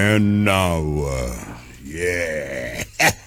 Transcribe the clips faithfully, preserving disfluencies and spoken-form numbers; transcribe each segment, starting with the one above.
And now, uh, yeah.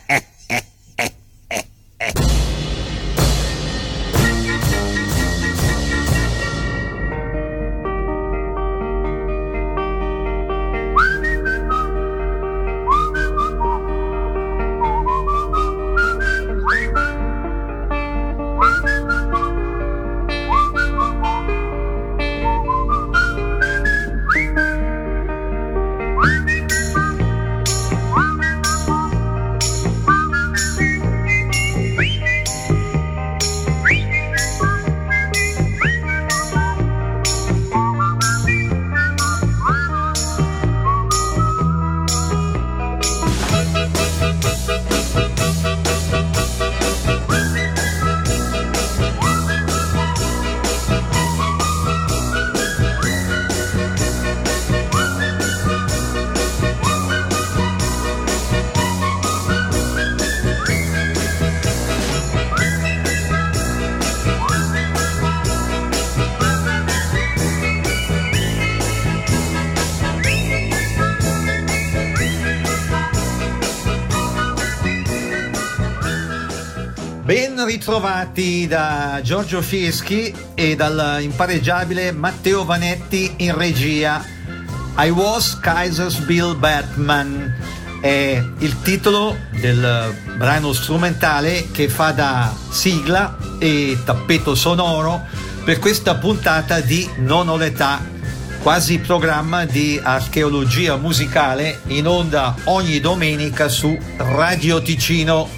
Ben ritrovati da Giorgio Fieschi e dal impareggiabile Matteo Vanetti in regia. I Was Kaiser's Bill Batman è il titolo del brano strumentale che fa da sigla e tappeto sonoro per questa puntata di Non ho l'età, quasi programma di archeologia musicale in onda ogni domenica su Radio Ticino.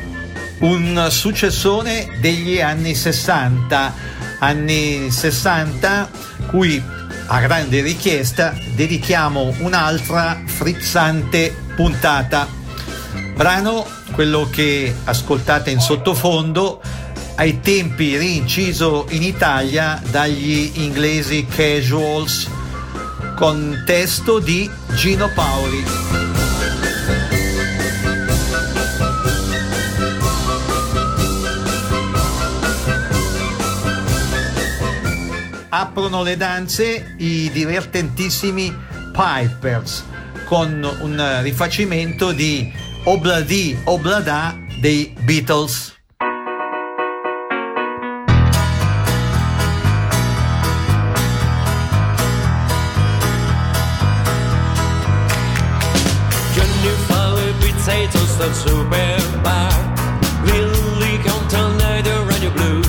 Un successone degli anni sessanta, anni sessanta cui a grande richiesta dedichiamo un'altra frizzante puntata. Brano, quello che ascoltate in sottofondo, ai tempi rinciso in Italia dagli inglesi Casuals, con testo di Gino Paoli. Aprono le danze i divertentissimi Pipers con un rifacimento di Obladi Oblada dei Beatles. Johnny Fowler potatoes dal superbar, Lily Counter Nider Radio Blue.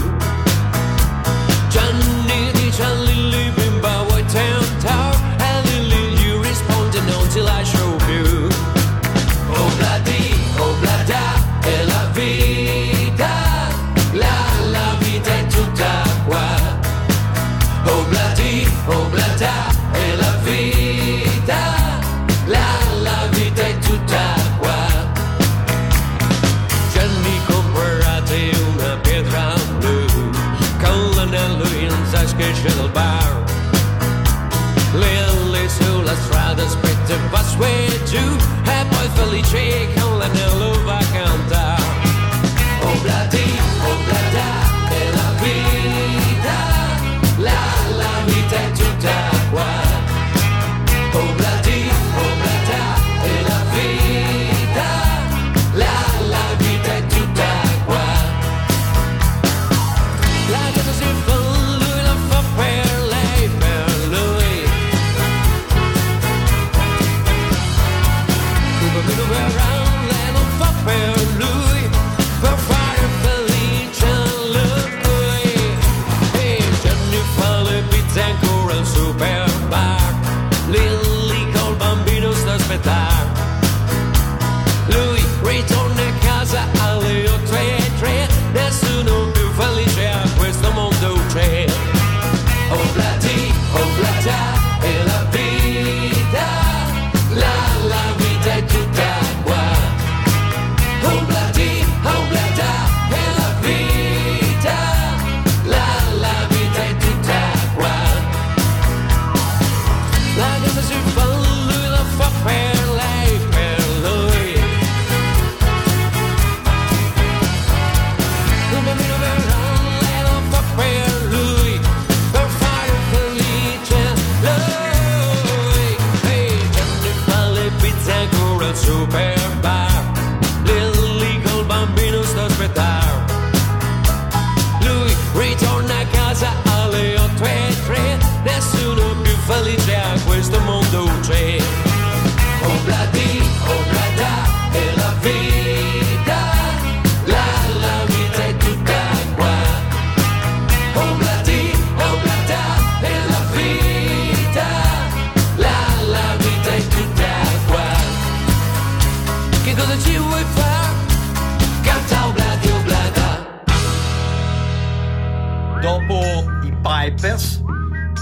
Johnny dice a Lily bimba White Town Tower, and Lily you responding until I show you. Obladi, oblada, è la vita, la, la vita è tutta qua. Obladi, oblada, è la vita, la, la vita è tutta qua.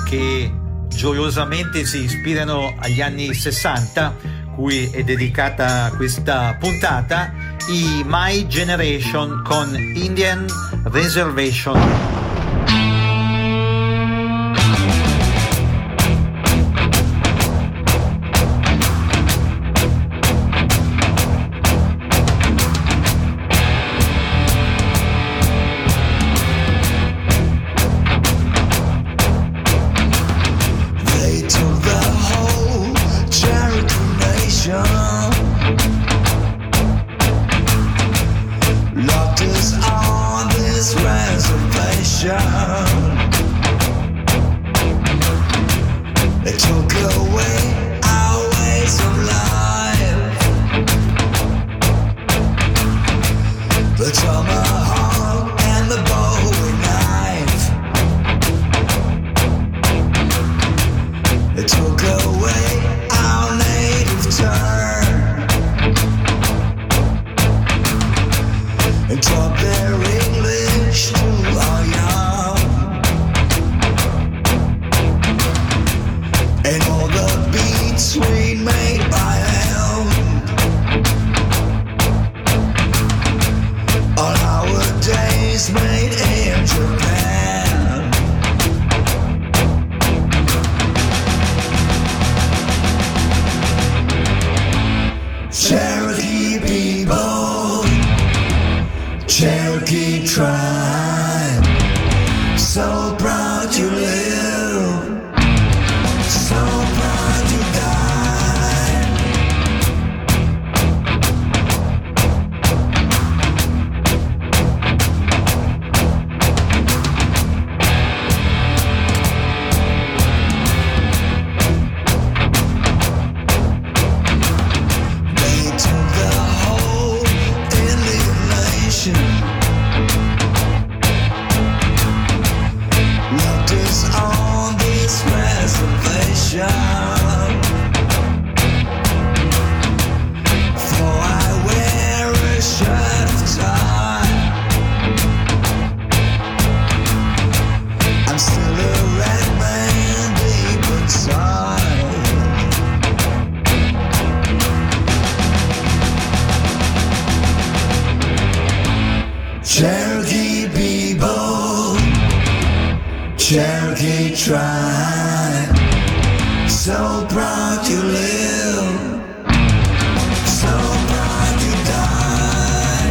che gioiosamente si ispirano agli anni sessanta, cui è dedicata questa puntata, i My Generation con Indian Reservation. Locked us on this reservation. They took away our ways of life. The tomahawk and the bowie knife. They took away our native tongue and taught their English to our young. And all the beats we made by hand, all our days made in Japan. Cherokee people, Cherokee tribe, so proud you live, so proud you die. They took the whole Indian nation, left us on this reservation. For I wear a shirt of tie, I'm still a red man deep inside. Cherokee people, Cherokee tribe, so proud you live, so proud you die.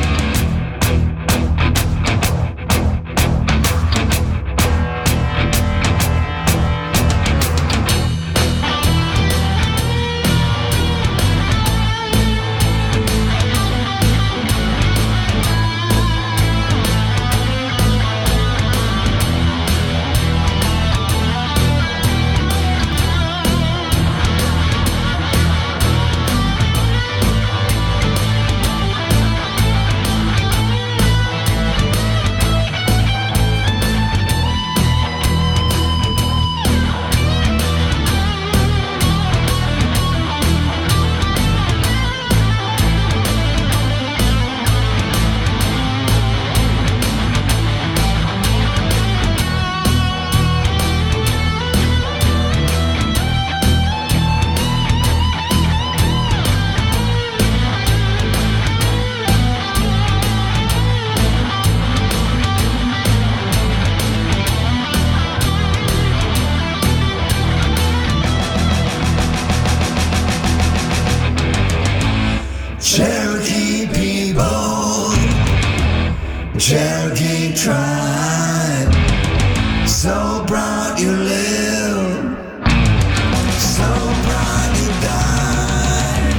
Cherokee people, Cherokee tribe, so proud you live, so proud you die.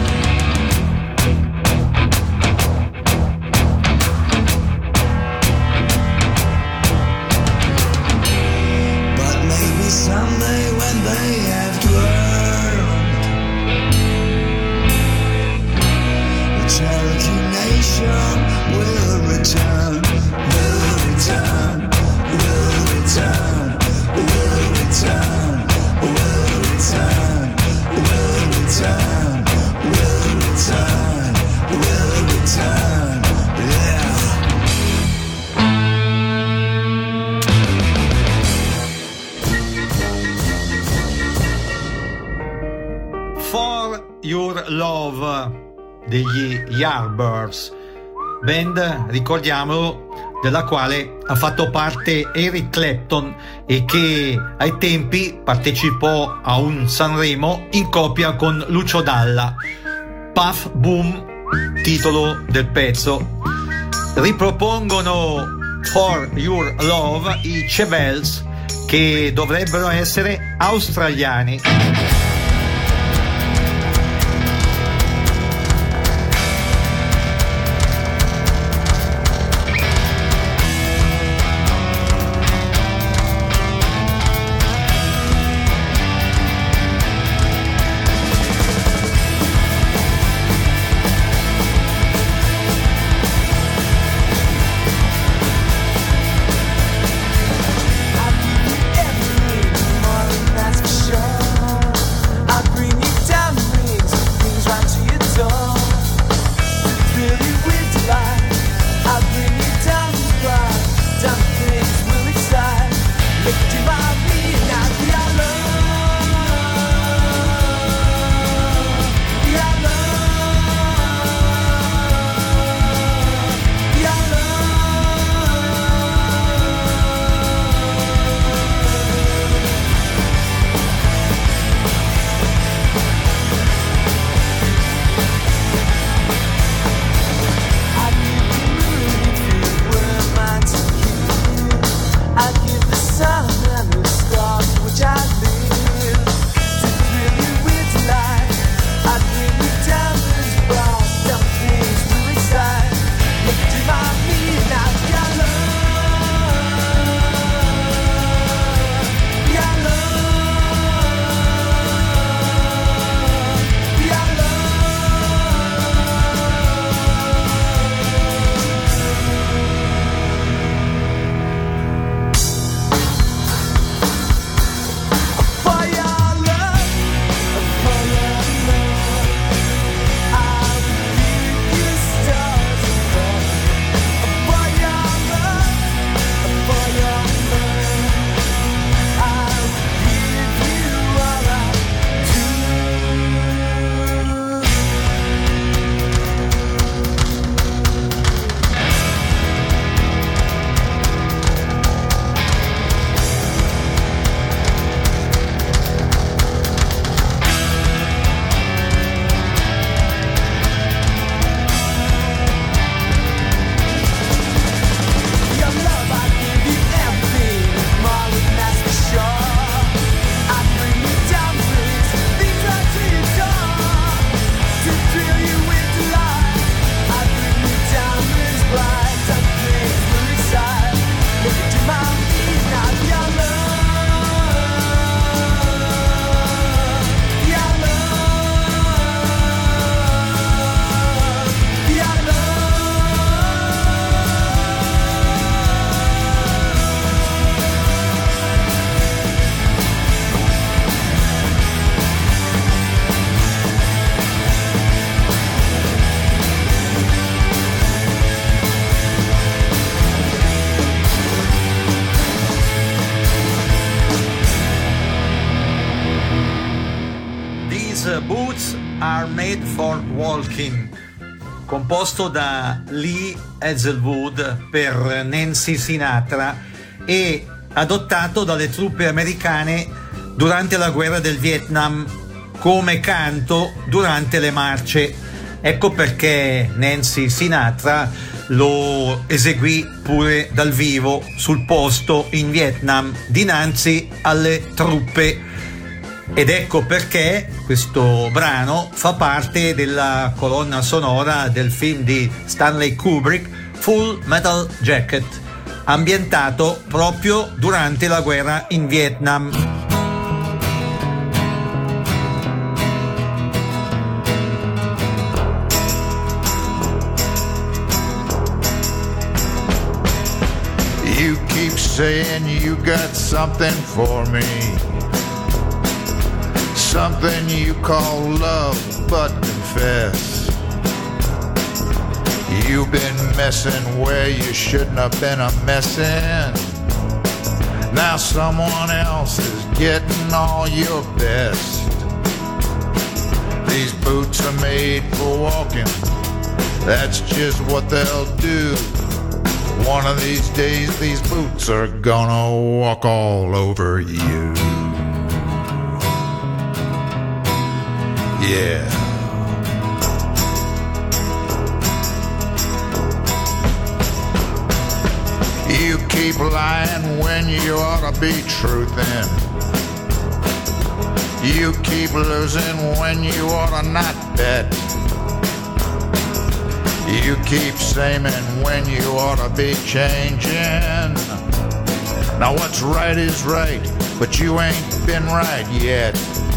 But maybe someday when they have learned, the Cherokee nation will return, will return, will return, will return, will return, will return, will return, will return, yeah. Love degli Yardbirds, band, ricordiamolo, della quale ha fatto parte Eric Clapton e che ai tempi partecipò a un Sanremo in coppia con Lucio Dalla. Puff Boom, titolo del pezzo. Ripropongono For Your Love i Chevelles, che dovrebbero essere australiani. Boots Are Made for Walking, composto da Lee Hazelwood per Nancy Sinatra e adottato dalle truppe americane durante la guerra del Vietnam come canto durante le marce. Ecco perché Nancy Sinatra lo eseguì pure dal vivo sul posto in Vietnam dinanzi alle truppe. Ed ecco perché questo brano fa parte della colonna sonora del film di Stanley Kubrick Full Metal Jacket, ambientato proprio durante la guerra in Vietnam. You keep saying you got something for me, something you call love, but confess you've been messing where you shouldn't have been a messin'. Now someone else is getting all your best. These boots are made for walking. That's just what they'll do. One of these days, these boots are gonna walk all over you. Yeah. You keep lying when you ought to be truthing. You keep losing when you ought to not bet. You keep saying when you ought to be changing. Now what's right is right, but you ain't been right yet.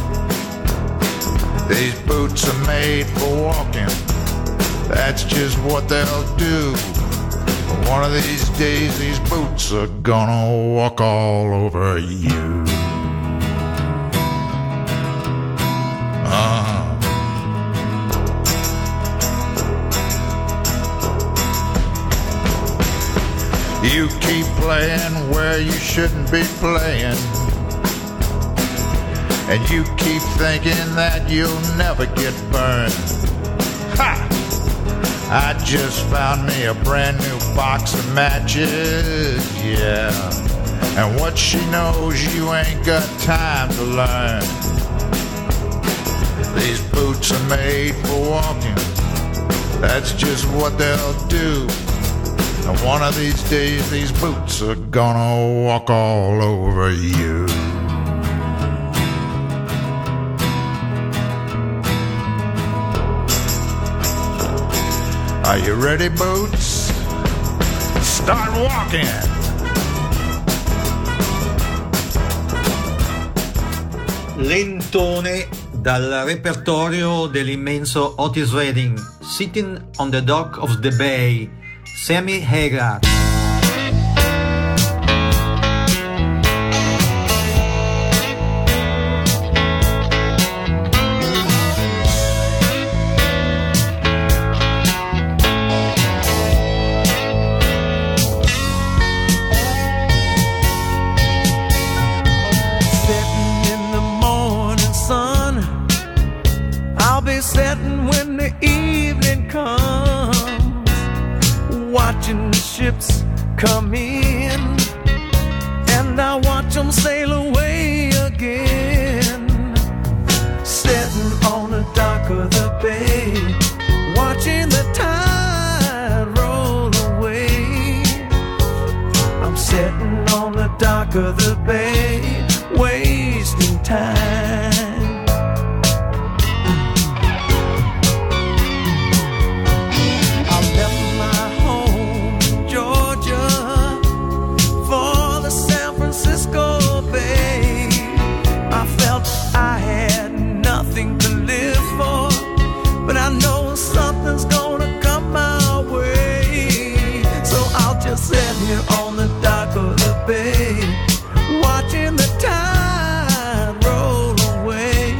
These boots are made for walking. That's just what they'll do. One of these days these boots are gonna walk all over you. Uh-huh. You keep playing where you shouldn't be playing. And you keep thinking that you'll never get burned. Ha! I just found me a brand new box of matches, yeah. And what she knows you ain't got time to learn. These boots are made for walking. That's just what they'll do. And one of these days these boots are gonna walk all over you. Are you ready, boots? Start walking! Lentone dal repertorio dell'immenso Otis Redding, Sitting on the Dock of the Bay, Sammy Hagar. Setting when the evening comes, watching the ships come in, and I watch them sail away again. Sitting on the dock of the bay, watching the tide roll away. I'm sitting on the dock of the bay, wasting time. On the dock of the bay, watching the tide roll away.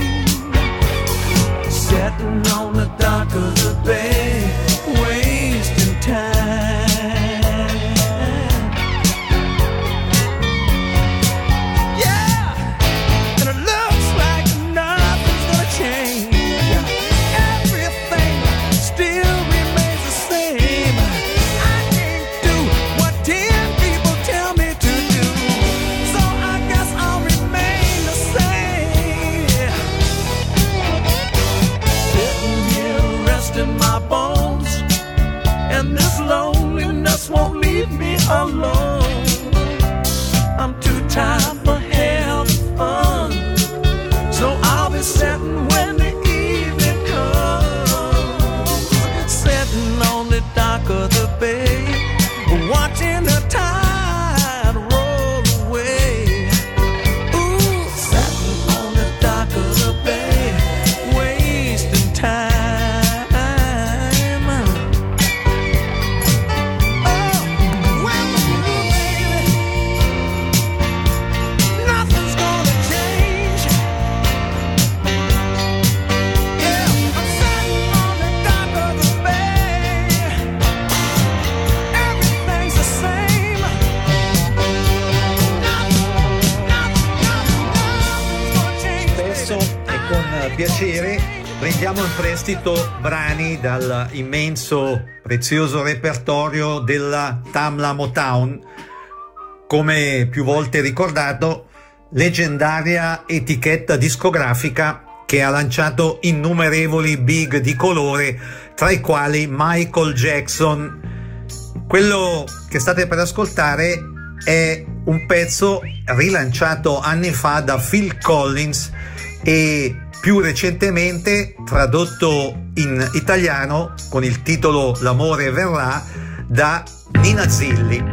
Sitting on the dock of the bay, wasting time. Yeah, and it looks like nothing's gonna change. Everything still remains the same. I can't do what ten people tell me to do, so I guess I'll remain the same. Sitting here resting my bones, and this loneliness won't leave me alone. I'm too tired for having fun, so I'll be sitting when the evening comes. Sitting on the dock of the bay, watching the tide roll away. Ooh, sitting on the dock of the bay, wasting time. Oh, well, baby, nothing's gonna change. Yeah, I'm sitting on the dock of the bay. Everything's the same. Nothing, nothing, nothing's gonna change, Spesso baby. e con piacere Prendiamo in prestito brani dal immenso, prezioso repertorio della Tamla Motown, come più volte ricordato, leggendaria etichetta discografica che ha lanciato innumerevoli big di colore, tra i quali Michael Jackson. Quello che state per ascoltare è un pezzo rilanciato anni fa da Phil Collins e più recentemente tradotto in italiano con il titolo L'amore verrà da Nina Zilli.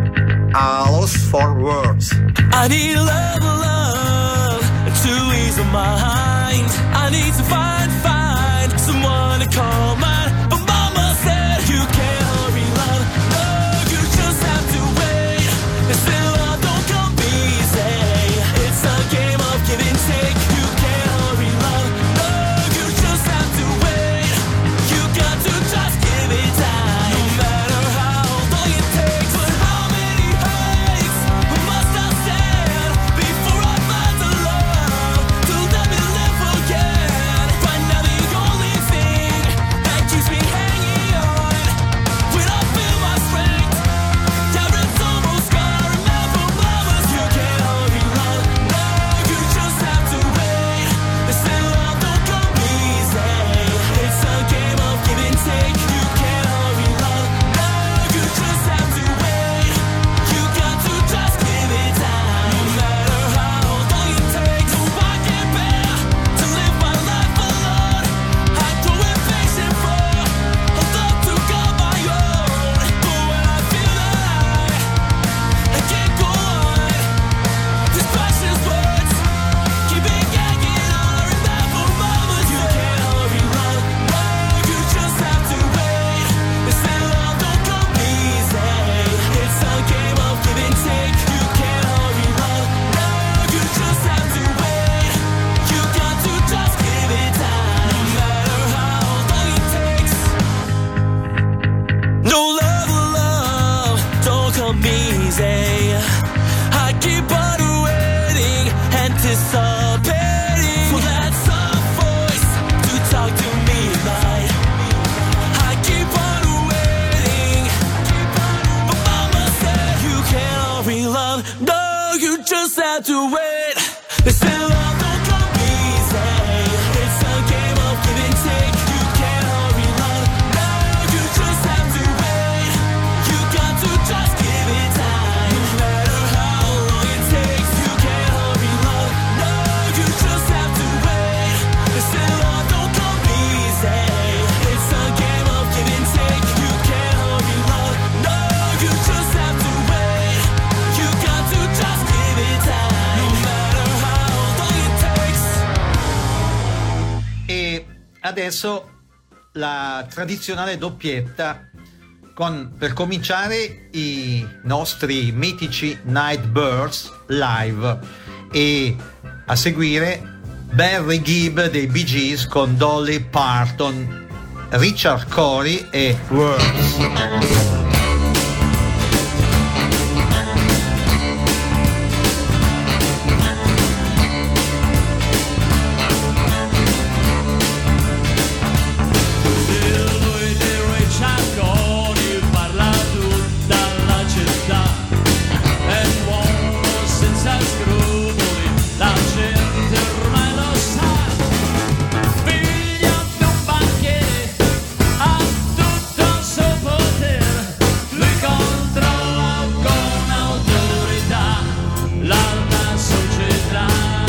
A Loss for Words. I need love, love to ease my mind. I need to find, find someone to call mine. But mama said you can't hurry, love. No, you just have to wait. And still love don't come easy. It's a game of give and take. You can't hurry, love. No, you just have to wait. You got to just give it time. No matter how long it takes. But how many hikes must I stand before I find the love to let me live again? Right now the only thing that keeps me hanging on, when I feel my strength, yeah, it's almost gone. I remember mamas. You can't hurry, love. No, you just have to wait. And still love don't come easy. It's a game of give and take. You can't hurry, love. No, you just have to wait. You got to just give it time. No matter how long it takes. So I can't bear to live my life alone. I go impatient for a love to call my own. But when I feel that I, I can't go on, these precious words keep me hanging on. I remember mamas. You can't hurry, love. No, you just have to wait. And still love don't come easy. It's a game of give and take. You can't hurry, love. No, you just have to wait. You got to just give it time. No matter how long it takes. No love, love don't come easy. I keep on waiting, anticipating for that soft voice to talk to me right. I keep on waiting, but mama said you can't hurry, love. No, you just have to wait. They say love don't come easy. It's a game of give and take. You can't hurry, love. No, you just have to wait. You got to just give it time. No matter how long it takes. You can't hurry, love. No, you just have to wait. They say love don't come easy. It's a game of give and take. You can't hurry, love. No, you just have to wait. You got to just give it time. No matter how long it takes. E adesso la tradizionale doppietta con, per cominciare, i nostri mitici Nightbirds live e a seguire Barry Gibb dei Bee Gees con Dolly Parton, Richard Cory e Words. Lui di Richard Cory parla tutta la città, è un uomo senza scrupoli, la gente ormai lo sa. Figlio di un banchiere, ha tutto a suo potere, lui controlla con autorità l'alta società.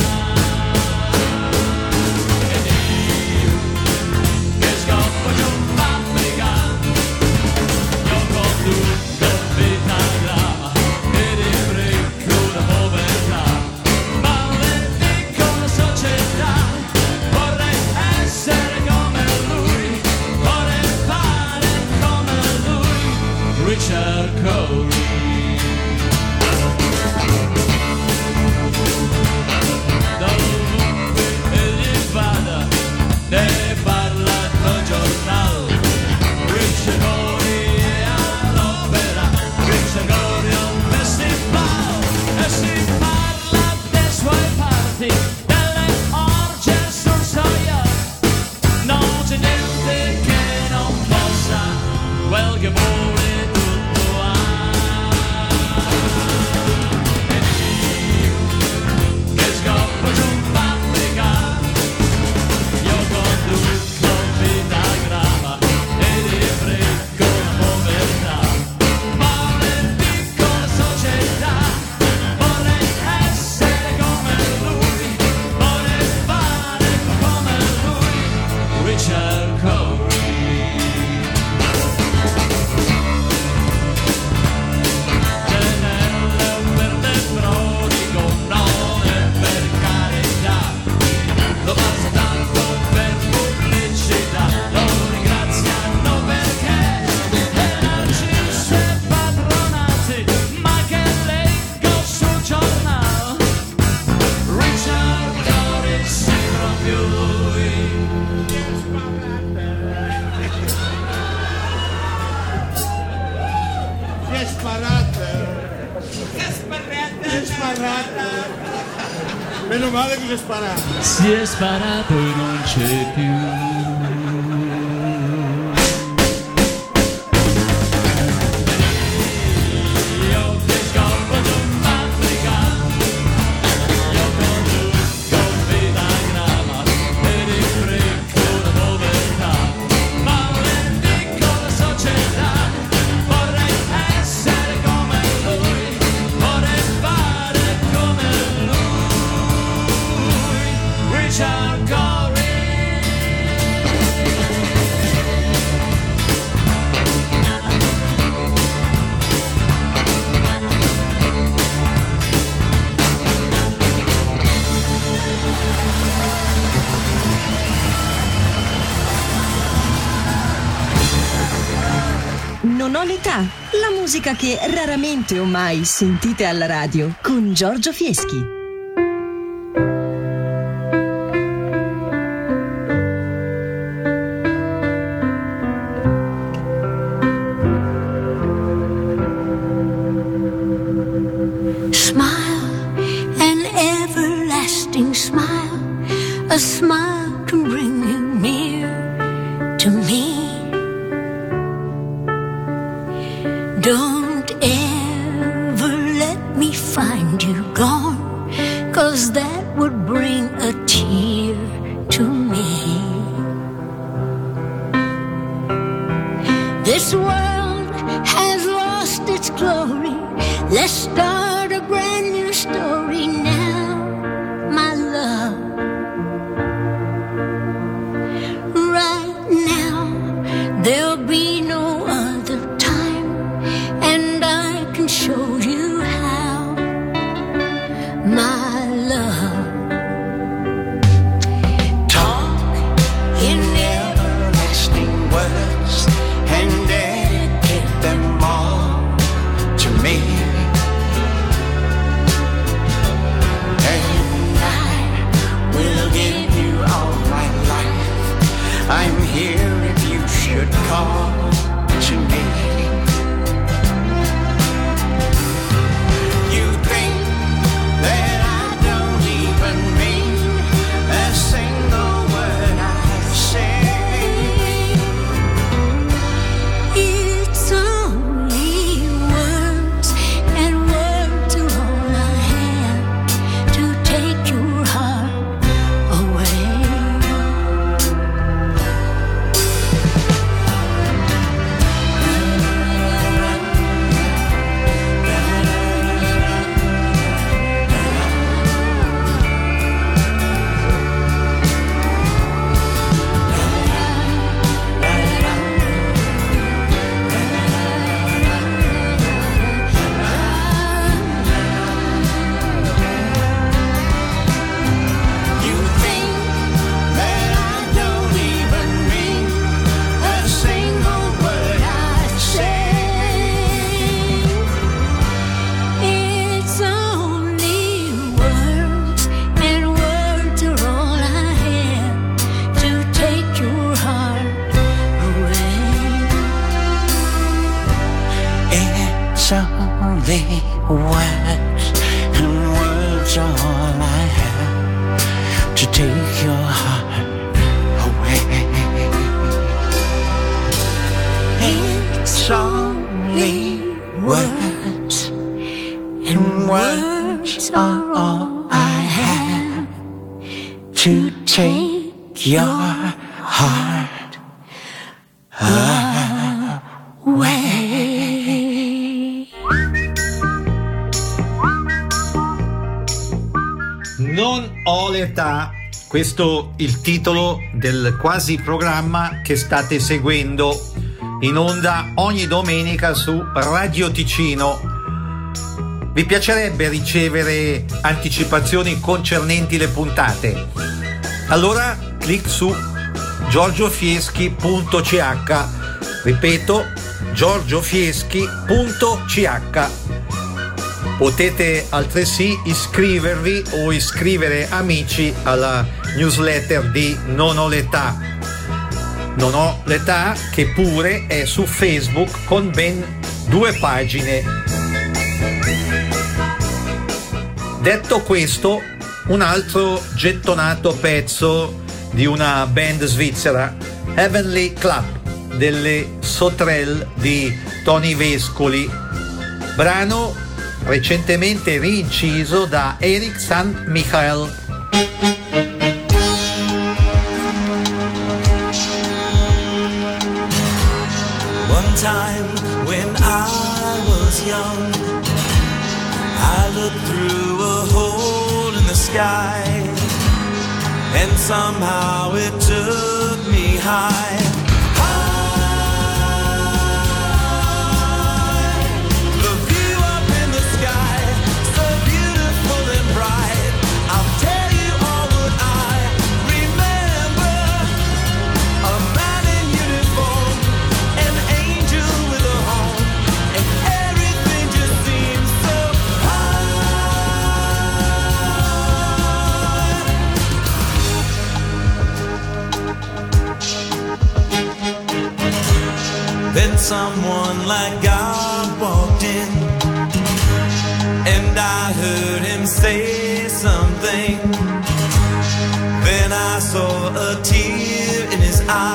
Ed io che scoppo di un fabbricante, io condutto vita grava ed imbricco la povertà. Maledico la società, vorrei essere come lui, vorrei fare come lui, Richard Cory. Dovunque egli vada, ne parla il giornale. Richard Cory è all'opera, Richard Cory è un festival, e si parla dei suoi parti, delle orge sul soia, sparata. Meno male che si è sparato. Si è sparato e non c'è più. Non ho l'età, la musica che raramente o mai sentite alla radio con Giorgio Fieschi. Smile, an everlasting smile, a smile can bring you near to me. Don't ever let me find you gone, 'cause that would bring a tear to me. This world has lost its glory. Let's start a brand new story now, my love. Right now, there'll be no other time, and I can show you how, my love. Talk in everlasting words and dedicate them all to me. And I will give you all my life. I'm here if you should call to me. You think that I don't even mean a single word I say. It's only words, and words are all I have to take your heart away. You think that I don't even mean a single word I say. It's only words, and words are all I have to take your heart away. It's only words, and words are all I have to take your heart away. It's only words, and words are all I have to take your heart away. Non ho l'età, questo il titolo del quasi programma che state seguendo in onda ogni domenica su Radio Ticino. Vi piacerebbe ricevere anticipazioni concernenti le puntate? Allora clic su giorgiofieschi punto c h, ripeto giorgiofieschi punto c h. Potete altresì iscrivervi o iscrivere amici alla newsletter di Non ho l'età. Non ho l'età, che pure è su Facebook con ben due pagine. Detto questo, un altro gettonato pezzo di una band svizzera, Heavenly Club, delle Sauterelle di Tony Vescoli, brano recentemente rinciso da Eric Saint Michael. One time when I was young, I looked through a hole in the sky, and somehow it took me high. Then someone like God walked in, and I heard him say something. Then I saw a tear in his eye.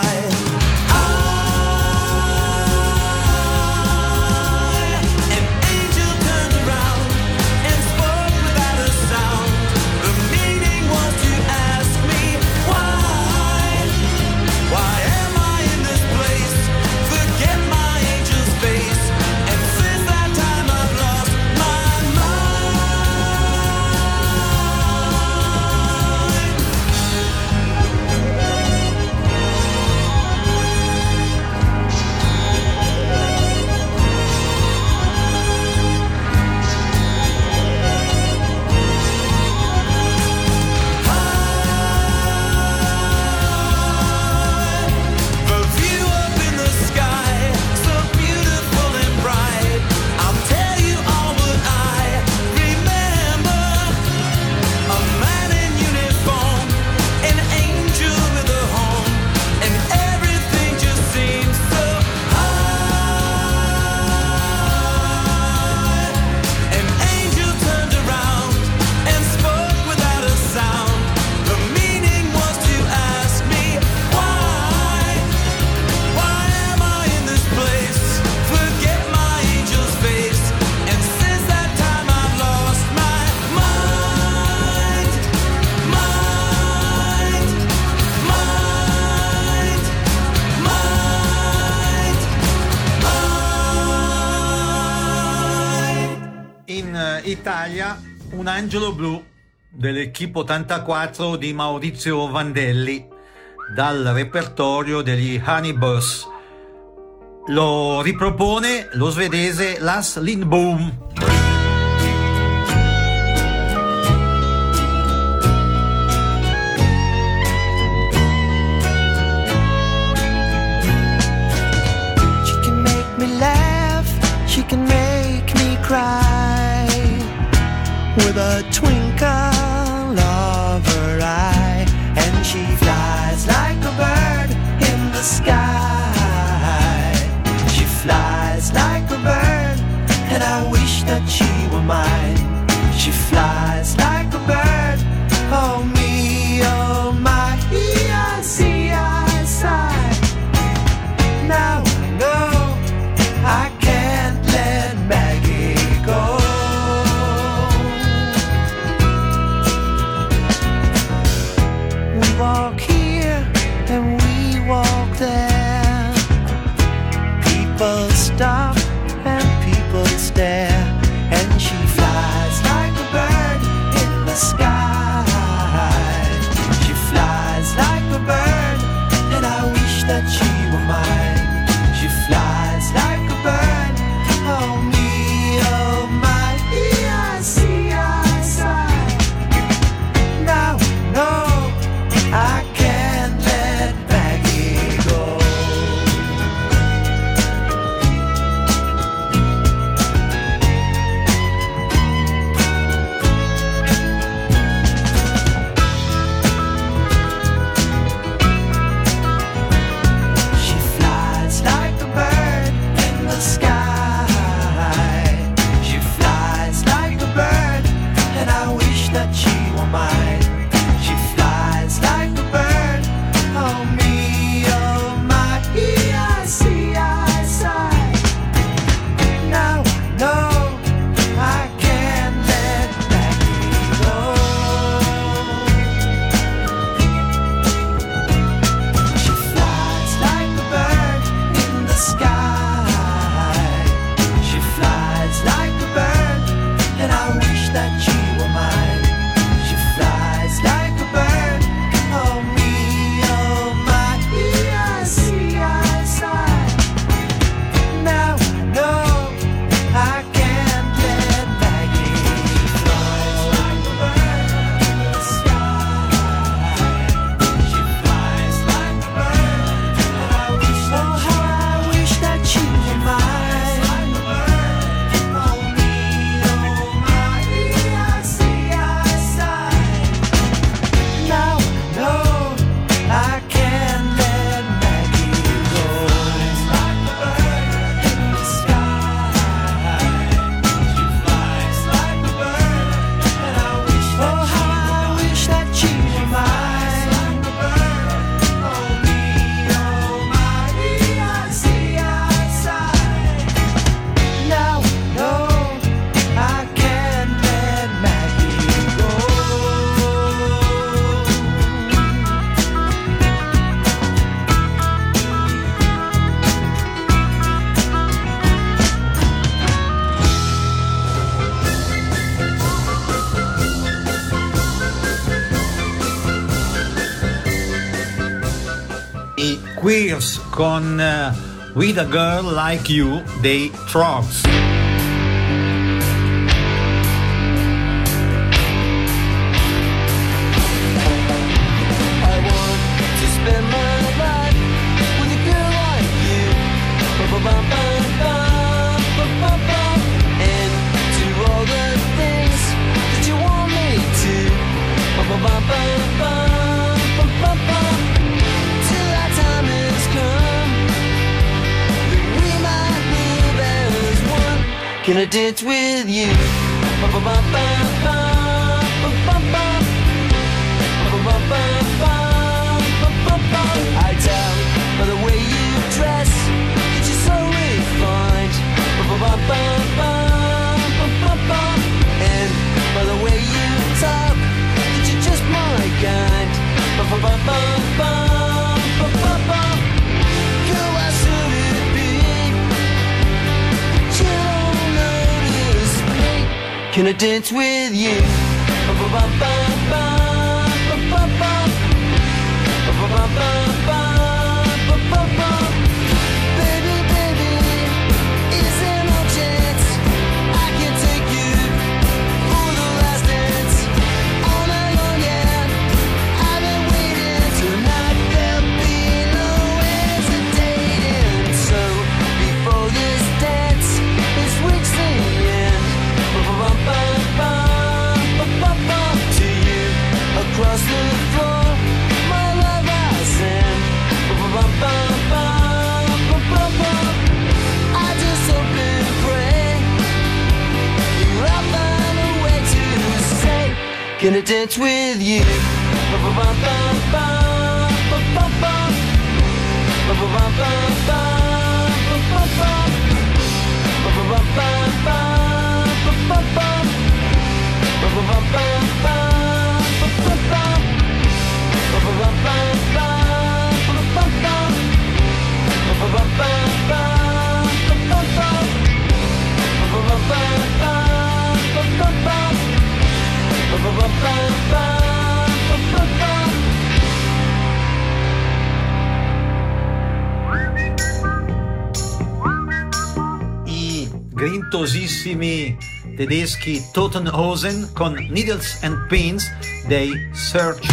Italia, Un angelo blu dell'Equipe ottantaquattro di Maurizio Vandelli, dal repertorio degli Honey Bus. Lo ripropone lo svedese Lars Lindboom. She can make me laugh, she can make me cry, with a twinkle of her eye, and she flies like a bird in the sky. She flies like a bird, and I wish that she were mine. She flies like a bird, oh me, oh my, I see, I sigh. Now I know I can't let Maggie go. We walk here and we walk there. People stop and people stare, and she flies like a bird in the sky. Queers con uh, With a Girl Like You dei Trogs. Can I dance with you? I tell by the way you dress that you're so refined. And by the way you talk that you're just my kind. Girl, why should it be? You don't notice me. Can I dance with you? Baby, baby, is there no chance I can take you for the last dance? All night long, yeah, I've been waiting. Tonight there'll be no hesitating. So before this dance is reached the end, to you across the floor, my love I send. I just hope and pray you'll find a way to say, can I dance with you? I grintosissimi tedeschi Totenhausen con Needles and Pins dei Searchers.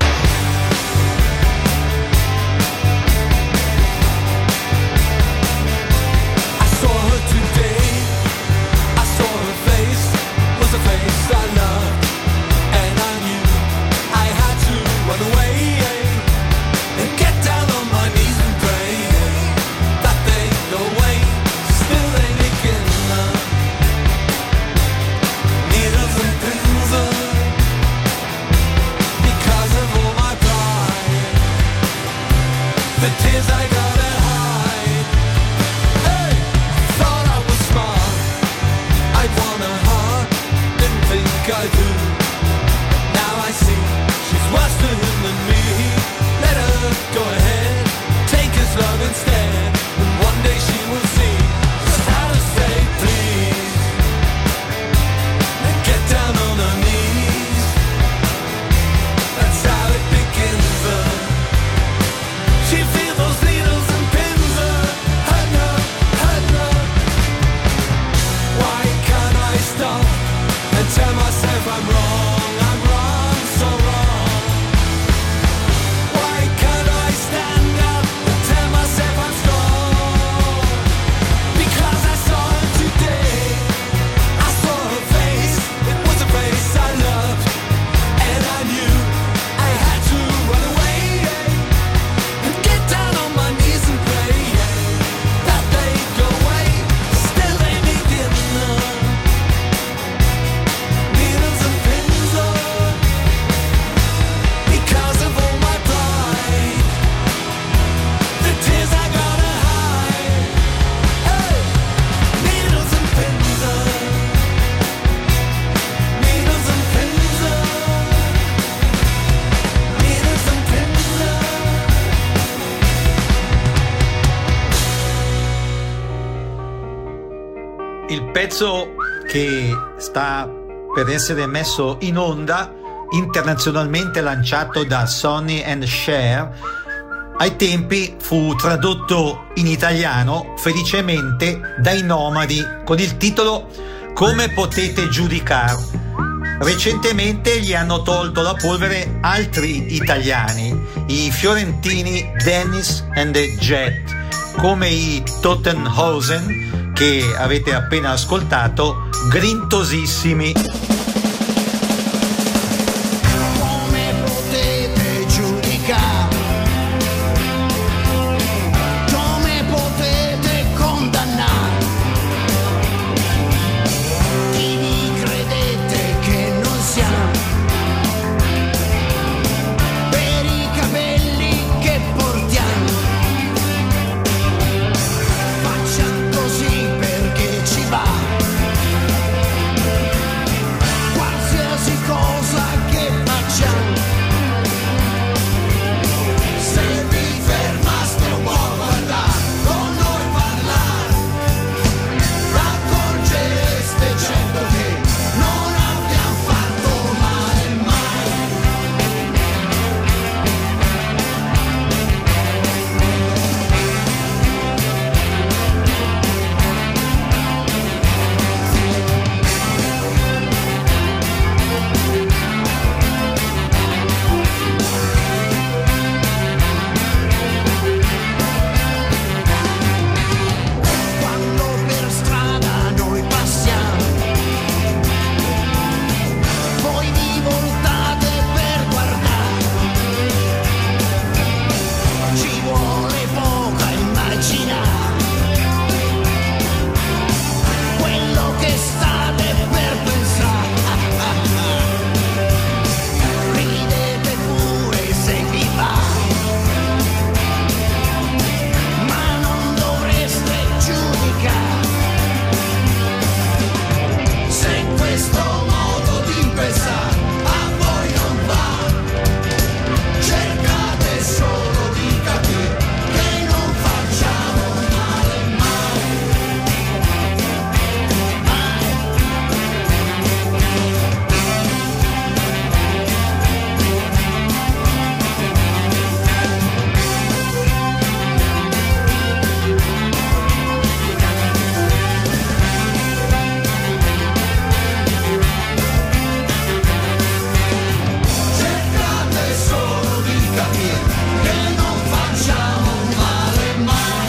Il pezzo che sta per essere messo in onda, internazionalmente lanciato da Sonny and Cher, ai tempi fu tradotto in italiano felicemente dai Nomadi con il titolo Come potete giudicare. Recentemente gli hanno tolto la polvere altri italiani, i fiorentini Dennis and the Jet, come i Tottenhausen che avete appena ascoltato, grintosissimi. Come potete giudicare? Come potete condannare? Chi vi credete che non siamo? Per i capelli che portiamo. Faccia così perché ci va. Qualsiasi cosa che facciamo. Se vi fermaste un po' a guardare, con noi parlare, accorgereste certo che non abbiamo fatto male mai. Quando per strada noi passiamo, voi vi voltate per guardare. Ci vuole poco a immaginare quello che state per pensare. Ridete pure se vi va, ma non dovreste giudicare. Se questo modo di pensare a voi non va, cercate solo di capire che non facciamo male mai. Cercate solo di capire che non facciamo male mai.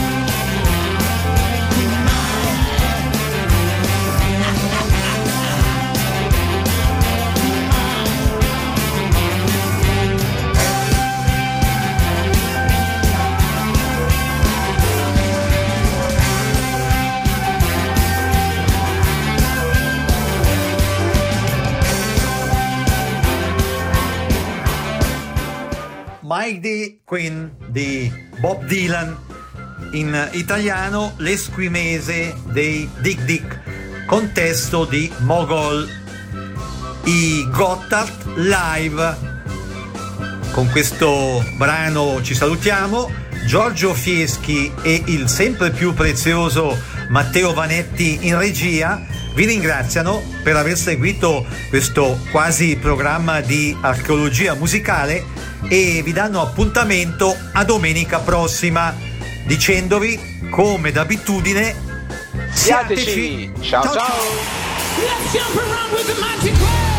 Mighty Queen di Bob Dylan, in italiano L'esquimese dei Dick Dick, contesto di Mogol, i Gotthard live. Con questo brano ci salutiamo. Giorgio Fieschi e il sempre più prezioso Matteo Vanetti in regia vi ringraziano per aver seguito questo quasi programma di archeologia musicale e vi danno appuntamento a domenica prossima, dicendovi come d'abitudine Siateci. Ciao ciao. Let's jump around with the mighty queen.